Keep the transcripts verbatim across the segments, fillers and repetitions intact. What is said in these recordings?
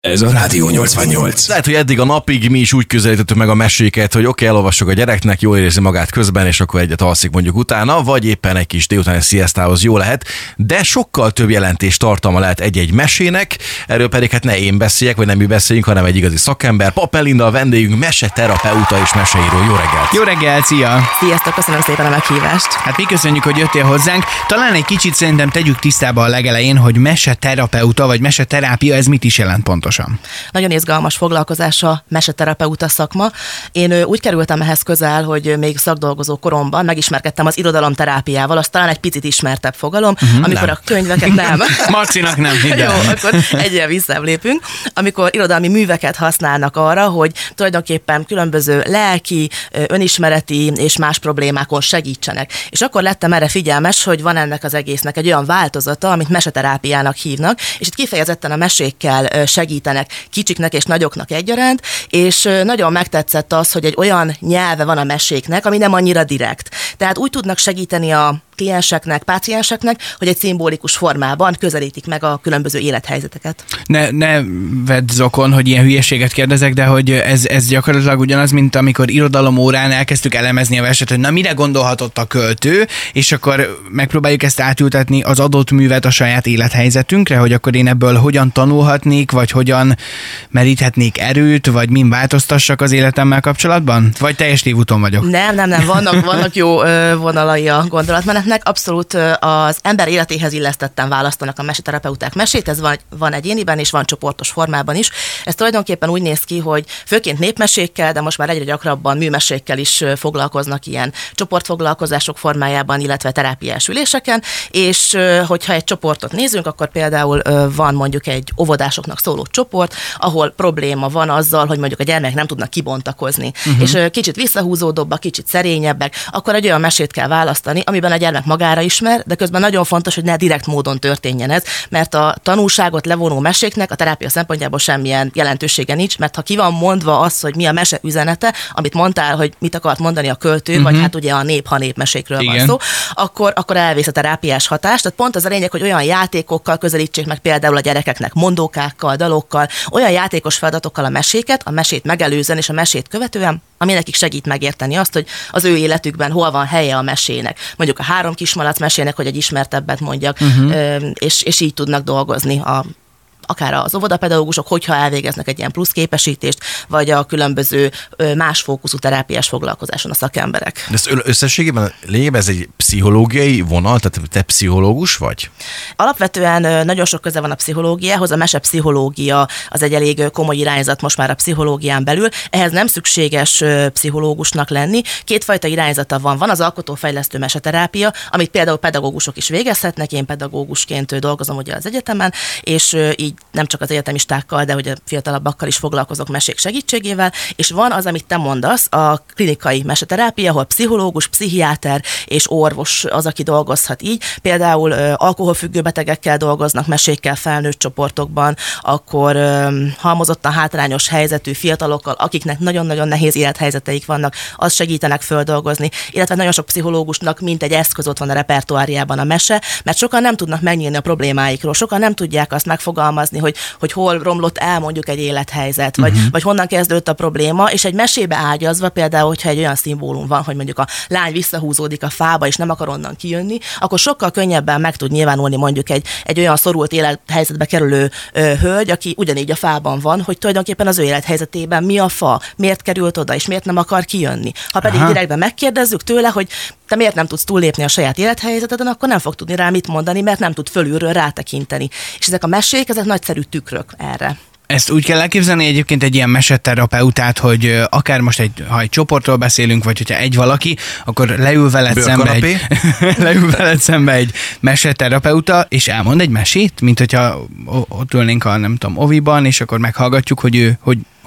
Ez a Rádió nyolcvannyolc. Lehet, hogy eddig a napig mi is úgy közelítettük meg a meséket, hogy oké, okay, elolvassuk a gyereknek, jól érzi magát közben, és akkor egyet alszik mondjuk utána, vagy éppen egy kis délutáni sziasztához jó lehet, de sokkal több jelentés tartalma lehet egy-egy mesének, erről pedig hát ne én beszéljek, vagy nem mi beszéljünk, hanem egy igazi szakember. Papp Melinda a vendégünk, meseterapeuta és meseíró. Jó reggelt! Jó reggelt, szia! Sziasztok, köszönöm szépen a meghívást! Hát mi köszönjük, hogy jöttél hozzánk. Talán egy kicsit szerintem tegyük tisztába a legelején, hogy meseterapeuta vagy meseterápia, ez mit is jelent pontosan? Nagyon izgalmas foglalkozás a meseterapeuta szakma. Én úgy kerültem ehhez közel, hogy még szakdolgozó koromban megismerkedtem az irodalomterápiával, az talán egy picit ismertebb fogalom, uh-huh, amikor nem. a könyveket nem. Marcinak nem, Jó, akkor egyre visszalépünk. Amikor irodalmi műveket használnak arra, hogy tulajdonképpen különböző lelki, önismereti és más problémákon segítsenek. És akkor lettem erre figyelmes, hogy van ennek az egésznek egy olyan változata, amit meseterápiának hívnak, és itt kifejezetten a mesékkel segít kicsiknek és nagyoknak egyaránt, és nagyon megtetszett az, hogy egy olyan nyelve van a meséknek, ami nem annyira direkt. Tehát úgy tudnak segíteni a klienseknek, pácienseknek, hogy egy szimbolikus formában közelítik meg a különböző élethelyzeteket. Ne, ne vedd zokon, hogy ilyen hülyeséget kérdezek, de hogy ez, ez gyakorlatilag ugyanaz, mint amikor irodalomórán elkezdtük elemezni a verset, hogy na mire gondolhatott a költő, és akkor megpróbáljuk ezt átültetni az adott művet a saját élethelyzetünkre, hogy akkor én ebből hogyan tanulhatnék, vagy hogyan meríthetnék erőt, vagy min változtassak az életemmel kapcsolatban? Vagy teljes tévúton vagyok? Nem, nem, nem, vannak, vannak jó vonalai a gondolatmenetnek. Abszolút az ember életéhez illesztetten választanak a meseterapeuták mesét, ez van, van egyéniben és van csoportos formában is. Ez tulajdonképpen úgy néz ki, hogy főként népmesékkel, de most már egyre gyakrabban műmesékkel is foglalkoznak ilyen csoportfoglalkozások formájában, illetve terápiás üléseken, és hogyha egy csoportot nézünk, akkor például van mondjuk egy óvodásoknak szóló csoport, ahol probléma van azzal, hogy mondjuk a gyermek nem tudnak kibontakozni, uh-huh. és kicsit visszahúzódóbbak, kicsit szerényebbek, akkor egy olyan mesét kell választani, amiben a gyermek magára ismer, de közben nagyon fontos, hogy ne direkt módon történjen ez, mert a tanulságot levonó meséknek a terápia szempontjából semmilyen jelentősége nincs, mert ha ki van mondva az, hogy mi a mese üzenete, amit mondtál, hogy mit akart mondani a költő, uh-huh. vagy hát ugye a nép, ha népmesékről van szó, akkor, akkor elvész a terápiás hatást. Tehát pont az a lényeg, hogy olyan játékokkal közelítsék meg például a gyerekeknek, mondókákkal, dalokkal, olyan játékos feladatokkal a meséket, a mesét megelőzően és a mesét követően, ami nekik segít megérteni azt, hogy az ő életükben hol van helye a mesének. Mondjuk a három kismalac mesének, hogy egy ismertebbet mondjak, uh-huh. és, és így tudnak dolgozni a akár az óvodapedagógusok, hogyha elvégeznek egy ilyen plusz képesítést, vagy a különböző más fókuszú terápiás foglalkozáson a szakemberek. De ez összességében lényegében ez egy pszichológiai vonal, tehát te pszichológus vagy? Alapvetően nagyon sok köze van a pszichológiához, a mesepszichológia az egy elég komoly irányzat most már a pszichológián belül. Ehhez nem szükséges pszichológusnak lenni. Kétfajta irányzata van. Van az alkotófejlesztő meseterápia, amit például pedagógusok is végezhetnek. Én pedagógusként dolgozom ugye az egyetemen, és így nem csak az egyetemistákkal, de hogy a fiatalabbakkal is foglalkozok mesék segítségével, és van az, amit te mondasz, a klinikai meseterápia, ahol pszichológus, pszichiáter és orvos az, aki dolgozhat így. Például ö, alkoholfüggő betegekkel dolgoznak mesékkel felnőtt csoportokban, akkor ö, halmozottan hátrányos helyzetű fiatalokkal, akiknek nagyon-nagyon nehéz élethelyzeteik vannak, az segítenek földolgozni, illetve nagyon sok pszichológusnak mint egy eszköz ott van a repertoáriában a mese, mert sokan nem tudnak megnyílni a problémáikról, sokan nem tudják azt megfogalmazni, Hogy, hogy hol romlott el mondjuk egy élethelyzet, vagy, uh-huh. vagy honnan kezdődött a probléma, és egy mesébe ágyazva például, hogyha egy olyan szimbólum van, hogy mondjuk a lány visszahúzódik a fába, és nem akar onnan kijönni, akkor sokkal könnyebben meg tud nyilvánulni mondjuk egy, egy olyan szorult élethelyzetbe kerülő ö, hölgy, aki ugyanígy a fában van, hogy tulajdonképpen az ő élethelyzetében mi a fa, miért került oda, és miért nem akar kijönni. Ha pedig Aha. direktben megkérdezzük tőle, hogy te miért nem tudsz túllépni a saját élethelyzeteden, akkor nem fog tudni rá mit mondani, mert nem tud fölülről rátekinteni. És ezek a mesék, ezek nagyszerű tükrök erre. Ezt úgy kell elképzelni egyébként egy ilyen meseterapeutát, hogy akár most egy, ha egy csoportról beszélünk, vagy hogyha egy valaki, akkor leül veled szembe egy, leül veled szembe egy meseterapeuta, és elmond egy mesét, mint hogyha ott ülnénk a nem tudom, oviban, és akkor meghallgatjuk, hogy ő hogy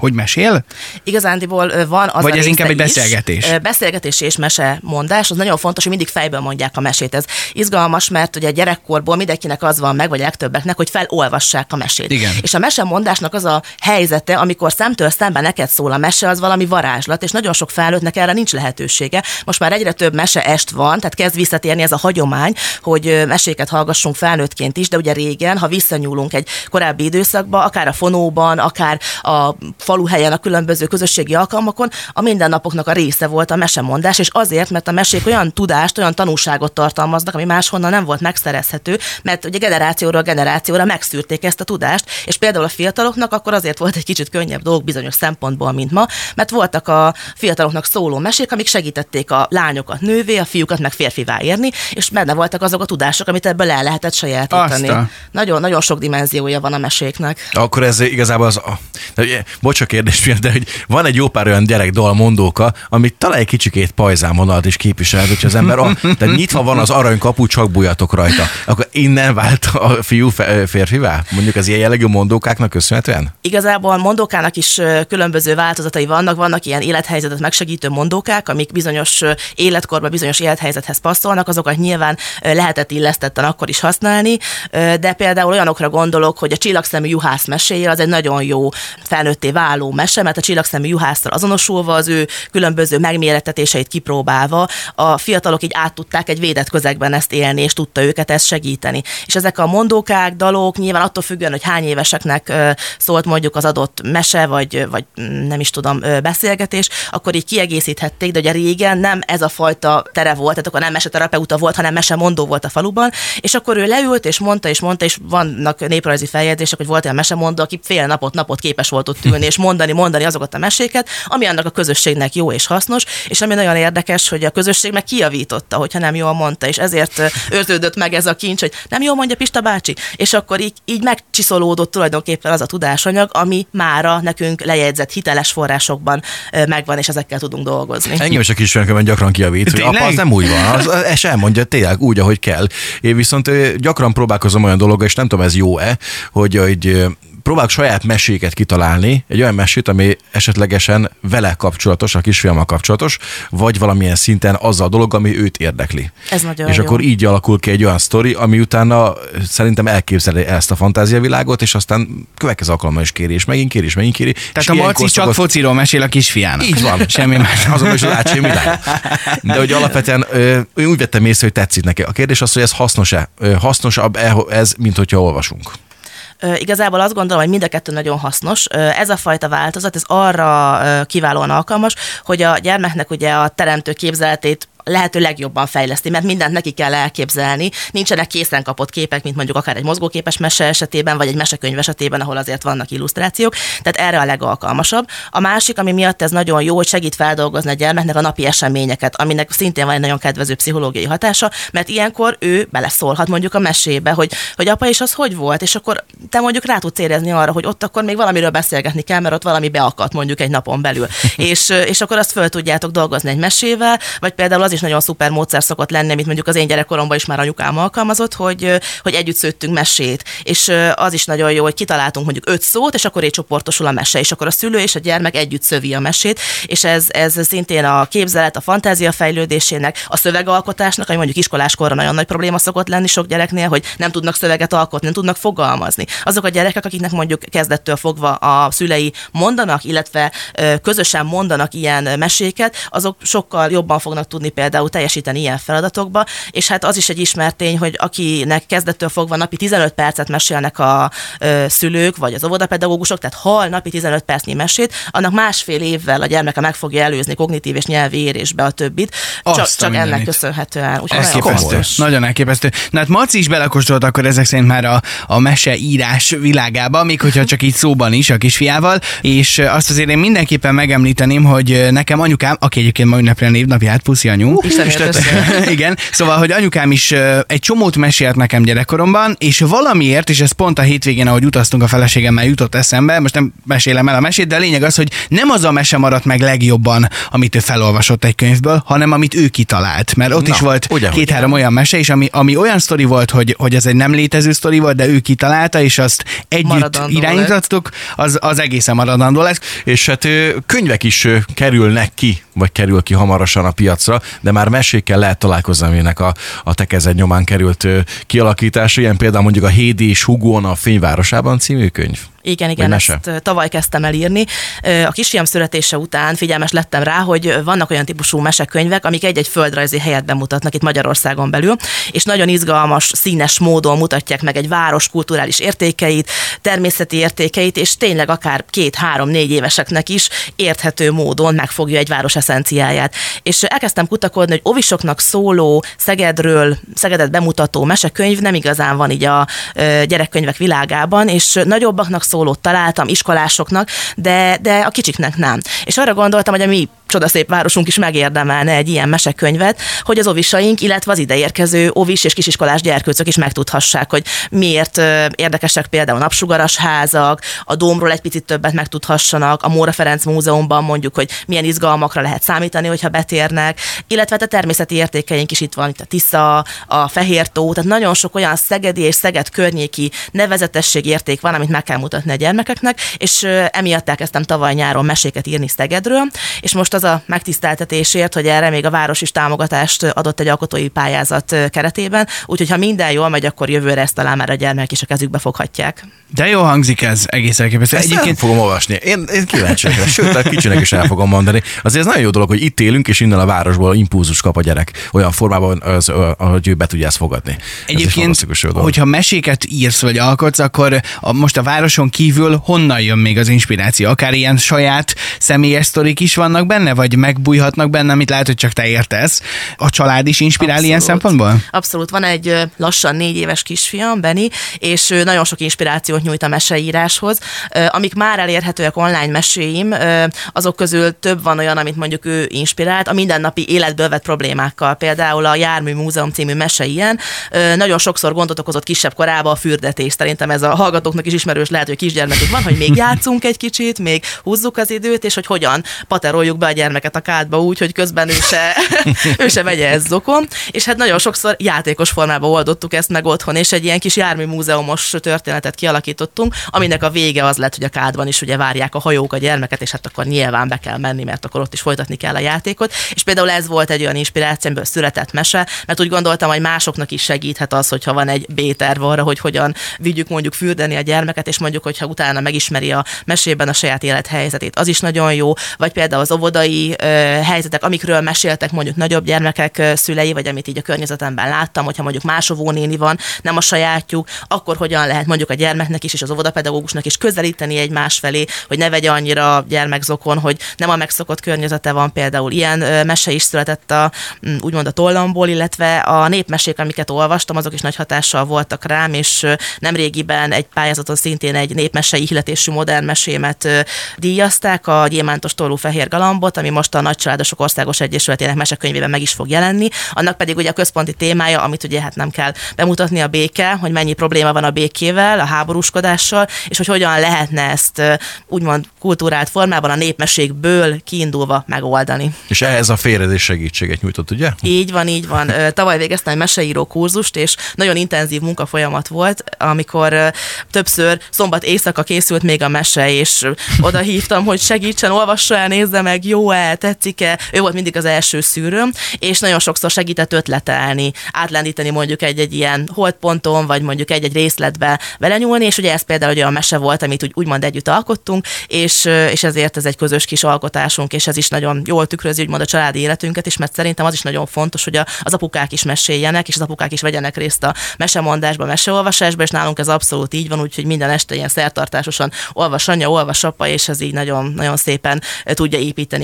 hogy mesél? Igazándiból van az Vagy a ez inkább egy is, beszélgetés? Beszélgetés és mesemondás, az nagyon fontos, hogy mindig fejből mondják a mesét. Ez izgalmas, mert ugye gyerekkorból mindenkinek az van meg, vagy a legtöbbeknek, hogy felolvassák a mesét. Igen. És a mesemondásnak az a helyzete, amikor szemtől szemben neked szól a mese, az valami varázslat, és nagyon sok felnőttnek erre nincs lehetősége. Most már egyre több mese est van, tehát kezd visszatérni ez a hagyomány, hogy meséket hallgassunk felnőttként is, de ugye régen, ha visszanyúlunk egy korábbi időszakba, akár a fonóban, akár a faluhelyen, a különböző közösségi alkalmakon, a mindennapoknak a része volt a mesemondás, és azért, mert a mesék olyan tudást, olyan tanulságot tartalmaznak, ami máshonnan nem volt megszerezhető, mert ugye generációról generációra megszűrték ezt a tudást, és például a fiataloknak akkor azért volt egy kicsit könnyebb dolog bizonyos szempontból, mint ma, mert voltak a fiataloknak szóló mesék, amik segítették a lányokat nővé, a fiúkat meg férfivá érni, és benne voltak azok a tudások, amit ebből el lehetett sajátítani. Aztán. Nagyon, nagyon sok dimenziója van a meséknek. Akkor ez igazából az, a, bocs a kérdés miatt, de hogy van egy jó pár olyan gyerekdal mondóka, amit talán egy kicsikét pajzámvonalat is képvisel, hogyha az ember, a, tehát nyitva van az aranykapu, csak bújjatok rajta. Akkor innen vált a fiú férfivá? Mondjuk az ilyen jellegű mondókáknak köszönhetően? Igazából mondókának is különböző változatai vannak, vannak ilyen élethelyzetet megsegítő mondókák, amik bizonyos életkorban, bizonyos élethelyzethez passzolnak, azokat nyilván lehetett illesztetten akkor is használni, de például olyanokra gondolok, hogy a Csillagszemű juhász meséje az egy nagyon jó felnőtté váló mese, mert a csillagszemű juhásszal azonosulva, az ő különböző megmérettetéseit kipróbálva, a fiatalok így át tudták egy védett közegben ezt élni, és tudta őket ezt segíteni. És ezek a mondókák, dalok, nyilván attól függően, hogy hány éveseknek szólt mondjuk az adott mese, vagy, vagy nem is tudom, beszélgetés, akkor így kiegészíthették, de ugye régen nem ez a fajta tere volt, tehát akkor nem meseterapeuta volt, hanem mesemondó volt a faluban, és akkor ő leült, és mondta, és mondta, és vannak néprajzi feljegyzések, hogy volt olyan mesemondó, aki fél napot, napot képes volt ott ülni, és mondani, mondani azokat a meséket, ami annak a közösségnek jó és hasznos, és ami nagyon érdekes, hogy a közösség meg kijavította, hogyha nem jól mondta, és ezért őrződött meg ez a kincs, hogy nem jól mondja Pista bácsi, és akkor így, így megcsiszolódott tulajdonképpen az a tudásanyag, ami mára nekünk lejegyzett hiteles forrásokban megvan, és ezekkel tudunk dolgozni. Engem is a kisfiamban gyakran kijavít, hogy apa, az nem úgy van, az, az sem mondja tényleg úgy, ahogy kell. Én viszont gyakran próbálkozom olyan dologgal, és nem tudom, ez jó-e, hogy, hogy próbálok saját meséket kitalálni, egy olyan mesét, ami esetlegesen vele kapcsolatos, a kisfiammal kapcsolatos, vagy valamilyen szinten azzal a dolog, ami őt érdekli. Ez nagyon És jó. akkor így alakul ki egy olyan sztori, ami utána szerintem elképzeli ezt a fantáziavilágot, és aztán következő alkalommal is kéri, és megint kéri, és megint kéri. Tehát a Marci csak szokott... fociról mesél a kisfiának. Így van. Semmi más. Azon is az átsém világ. De hogy alapvetően én úgy vettem észre, hogy tetszik neki. A kérdés az, hogy ez hasznos-e? Hasznosabb ez, mint hogyha olvasunk. Igazából azt gondolom, hogy mind a kettő nagyon hasznos. Ez a fajta változat, ez arra kiválóan alkalmas, hogy a gyermeknek ugye a teremtő képzeletét lehető legjobban fejleszti, mert mindent neki kell elképzelni. Nincsenek készen kapott képek, mint mondjuk akár egy mozgóképes mese esetében, vagy egy mesekönyv esetében, ahol azért vannak illusztrációk. Tehát erre a legalkalmasabb. A másik, ami miatt ez nagyon jó, hogy segít feldolgozni a gyermeknek a napi eseményeket, aminek szintén van egy nagyon kedvező pszichológiai hatása, mert ilyenkor ő beleszólhat mondjuk a mesébe, hogy, hogy apa, és az hogy volt, és akkor te mondjuk rá tudsz érezni arra, hogy ott akkor még valamiről beszélgetni kell, mert ott valami beakadt mondjuk egy napon belül. és, és akkor azt föl tudjátok dolgozni egy mesével, vagy például az is nagyon szuper módszer szokott lenni, amit mondjuk az én gyerekkoromban is már anyukám alkalmazott, hogy, hogy együtt szőttünk mesét, és az is nagyon jó, hogy kitaláltunk mondjuk öt szót, és akkor így csoportosul a mese, és akkor a szülő és a gyermek együtt szövi a mesét, és ez, ez szintén a képzelet, a fantázia fejlődésének, a szövegalkotásnak, ami mondjuk iskoláskorra nagyon nagy probléma szokott lenni sok gyereknél, hogy nem tudnak szöveget alkotni, nem tudnak fogalmazni. Azok a gyerekek, akiknek mondjuk kezdettől fogva a szülei mondanak, illetve közösen mondanak ilyen meséket, azok sokkal jobban fognak tudni például teljesíteni ilyen feladatokba, és hát az is egy ismert tény, hogy akinek kezdettől fogva napi tizenöt percet mesélnek a ö, szülők, vagy az óvodapedagógusok, tehát hal napi tizenöt percnyi mesét, annak másfél évvel a gyermeke meg fogja előzni kognitív és nyelvi érésbe a többit, csak, csak ennek köszönhetően. Elképesztő. Nagyon elképesztő. Na hát Marci is belekóstolt akkor ezek szerint már a, a meseírás világába, még hogyha csak így szóban is a kisfiával, és azt azért én mindenképpen megemlíteném, hogy nekem anyukám, aki egyébként ma ünnepli a névnapját, puszi anyu, Uh, igen, szóval, hogy anyukám is egy csomót mesélt nekem gyerekkoromban, és valamiért, és ez pont a hétvégén, ahogy utaztunk a feleségemmel, jutott eszembe, most nem mesélem el a mesét, de a lényeg az, hogy nem az a mese maradt meg legjobban, amit ő felolvasott egy könyvből, hanem amit ő kitalált. Mert ott Na, is volt két-három olyan mese, és ami, ami olyan sztori volt, hogy, hogy ez egy nem létező sztori volt, de ő kitalálta, és azt együtt maradandó irányítottuk, az, az egészen maradandó lesz. És hát könyvek is kerülnek ki, vagy kerül ki hamarosan a piacra, de már mesékkel lehet találkozni, aminek a, a te kezed nyomán került kialakításra. Ilyen például mondjuk a Hédi és Hugón a Fényvárosában című könyv. Igen, igen, ezt tavaly kezdtem el írni. A kisfiam születése után figyelmes lettem rá, hogy vannak olyan típusú mesekönyvek, amik egy-egy földrajzi helyet bemutatnak itt Magyarországon belül, és nagyon izgalmas, színes módon mutatják meg egy város kulturális értékeit, természeti értékeit, és tényleg akár két, három, négy éveseknek is érthető módon megfogja egy város eszenciáját. És elkezdtem kutakodni, hogy ovisoknak szóló, Szegedről, Szegedet bemutató mesekönyv nem igazán van így a gyerekkönyvek világában, és nagyobbaknak szólót találtam, iskolásoknak, de, de a kicsiknek nem. És arra gondoltam, hogy a mi csodaszép városunk is megérdemelne egy ilyen mesekönyvet, hogy az ovisaink, illetve az ideérkező ovis és kisiskolás gyerkőcök is megtudhassák, hogy miért érdekesek például a napsugaras házak, a Dómról egy picit többet megtudhassanak, a Móra Ferenc Múzeumban mondjuk, hogy milyen izgalmakra lehet számítani, hogyha betérnek, illetve a természeti értékeink is itt van, itt a Tisza, a Fehértó, tehát nagyon sok olyan szegedi és Szeged környéki nevezetesség érték van, amit meg kell mutatni a gyermekeknek, és emiatt elkezdtem tavaly nyáron meséket írni Szegedről, és most az a megtiszteltetésért, hogy erre még a város is támogatást adott egy alkotói pályázat keretében, úgyhogy ha minden jól megy, akkor jövőre ezt talán már a gyermek is a kezükbe foghatják. De jó hangzik ez, egész elképesztő. Ezt Egyébként fogom olvasni. Én, én kíváncsi vagyok, sőt, a kicsinek is el fogom mondani. Azért ez nagyon jó dolog, hogy itt élünk, és innen a városból impulzus kap a gyerek olyan formában, az, ahogy ő be tudja ezt fogadni. Egyébként, hogyha meséket írsz vagy alkotsz, akkor a, most a városon kívül honnan jön még az inspiráció? Akár ilyen saját személyes sztorik is vannak benne, vagy megbújhatnak benne, amit lehet, hogy csak te értesz. A család is inspirál Abszolút. Ilyen szempontból? Abszolút. Van egy lassan négy éves kisfiam, Benni, és nagyon sok inspirációt nyújt a meseíráshoz. Amik már elérhetőek online meséim, azok közül több van olyan, amit mondjuk ő inspirált, a mindennapi életből vett problémákkal. Például a Jármű Múzeum című mese ilyen. Nagyon sokszor gondot okozott kisebb korában a fürdetés. Szerintem ez a hallgatóknak is ismerős, lehet, hogy kisgyermekük van, hogy még játszunk egy kicsit, még húzzuk az időt, és hogy hogyan pateroljuk be a gyermeket a kádba úgy, hogy közben ő se, ő se vegye ezt zokon. És hát nagyon sokszor játékos formában oldottuk ezt meg otthon, és egy ilyen kis járműmúzeumos történetet kialakítottunk, aminek a vége az lett, hogy a kádban is ugye várják a hajók a gyermeket, és hát akkor nyilván be kell menni, mert akkor ott is folytatni kell a játékot. És például ez volt egy olyan inspiráció, amiből született mese, mert úgy gondoltam, hogy másoknak is segíthet az, hogyha van egy B-terv arra, hogy hogyan vigyük mondjuk fürdeni a gyermeket, és mondjuk, hogyha utána megismeri a mesében a saját élethelyzetét, az is nagyon jó, vagy például az óvodai ö, helyzetek, amikről meséltek mondjuk nagyobb gyermekek ö, szülei, vagy amit így a környezetemben láttam, hogyha mondjuk más óvónéni van, nem a sajátjuk, akkor hogyan lehet mondjuk a gyermeknek is és az óvodapedagógusnak is közelíteni egymás felé, hogy ne vegye annyira a gyermekzokon, hogy nem a megszokott környezete van, például ilyen ö, mese is született a úgymond a tollamból, illetve a népmesék, amiket olvastam, azok is nagy hatással voltak rám, és ö, nemrégiben egy pályázaton szintén egy népmesei ihletésű modern mesémet ö, díjazták, a Gyémántos tollú fehér galambot, ami most a Nagycsaládosok Országos Egyesületének mesekönyvében meg is fog jelenni. Annak pedig ugye a központi témája, amit ugye hát nem kell bemutatni, a béke, hogy mennyi probléma van a békével, a háborúskodással, és hogy hogyan lehetne ezt úgymond kultúrált formában a népmesékből kiindulva megoldani. És ehhez a félredés segítséget nyújtott, ugye? Így van, így van. Tavaly végeztem egy meseíró kurzust, és nagyon intenzív munkafolyamat volt, amikor többször szombat éjszaka készült még a mese, és oda hívtam, hogy segítsen, olvassa el, nézze meg, jó-e, tetszik-e. Ő volt mindig az első szűrőm, és nagyon sokszor segített ötletelni, átlendíteni mondjuk egy-egy ilyen holdponton, vagy mondjuk egy-egy részletbe vele nyúlni, és ugye ez például egy olyan mese volt, amit úgy, úgymond együtt alkottunk, és, és ezért ez egy közös kis alkotásunk, és ez is nagyon jól tükrözi úgymond a családi életünket is, mert szerintem az is nagyon fontos, hogy a, az apukák is meséljenek, és az apukák is vegyenek részt a mesemondásba, meseolvasásba, és nálunk ez abszolút így van, úgyhogy minden este ilyen szertartásosan olvas anya, olvas apa, és ez így nagyon, nagyon szépen tudja építeni a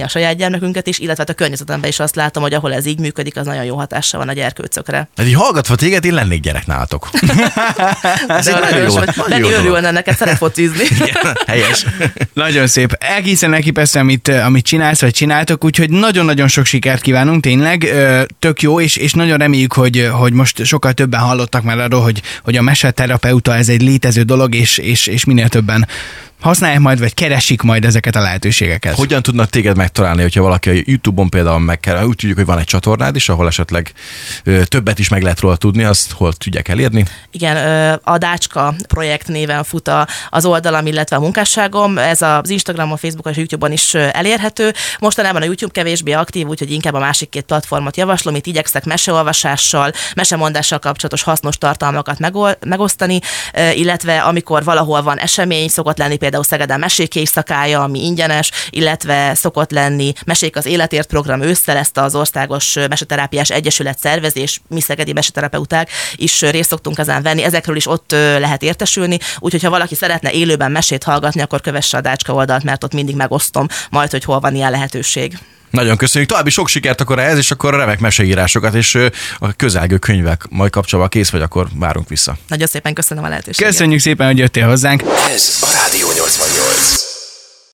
a saját gyermekünket is, illetve a környezetemben is azt látom, hogy ahol ez így működik, az nagyon jó hatással van a gyerkőcökre. Hát így hallgatva téged, én lennék gyerek nálatok. Ez nagyon jó. Lenni örülne, neked szeret focizni. Igen, helyes. Nagyon szép. Egészen elképesztő, amit, amit csinálsz, vagy csináltok, úgyhogy nagyon-nagyon sok sikert kívánunk, tényleg. Tök jó, és, és nagyon reméljük, hogy, hogy most sokkal többen hallottak már arról, hogy, hogy a meseterapeuta ez egy létező dolog, és, és, és minél többen használják majd, vagy keresik majd ezeket a lehetőségeket. Hogyan tudnak téged megtalálni, hogyha valaki a YouTube-on például meg kell, úgy tudjuk, hogy van egy csatornád is, ahol esetleg ö, többet is meg lehet róla tudni, azt hol tudják elérni? Igen, ö, a Dácska projekt néven fut a, az oldalam, illetve a munkásságom. Ez az Instagramon, Facebookon és YouTube-on is elérhető. Mostanában a YouTube kevésbé aktív, úgyhogy inkább a másik két platformot javaslom. Itt igyekszek meseolvasással, mesemondással kapcsolatos hasznos tartalmakat megol, megosztani, illetve amikor valahol van esemény, szokott lenni például Szegeden mesék éjszakája, ami ingyenes, illetve szokott lenni Mesék az életért program ősszel, ezt az Országos Meseterápiás Egyesület szervezés, mi szegedi meseterapeuták is részt szoktunk ezen venni, ezekről is ott lehet értesülni, úgyhogy ha valaki szeretne élőben mesét hallgatni, akkor kövesse a Dácska oldalt, mert ott mindig megosztom majd, hogy hol van ilyen lehetőség. Nagyon köszönjük, további sok sikert akkor ehhez, és akkor remek meseírásokat, és a közelgő könyvek majd kapcsolatban kész vagy, akkor várunk vissza. Nagyon szépen köszönöm a lehetőséget. Köszönjük szépen, hogy jöttél hozzánk. Ez a Rádió nyolcvannyolc.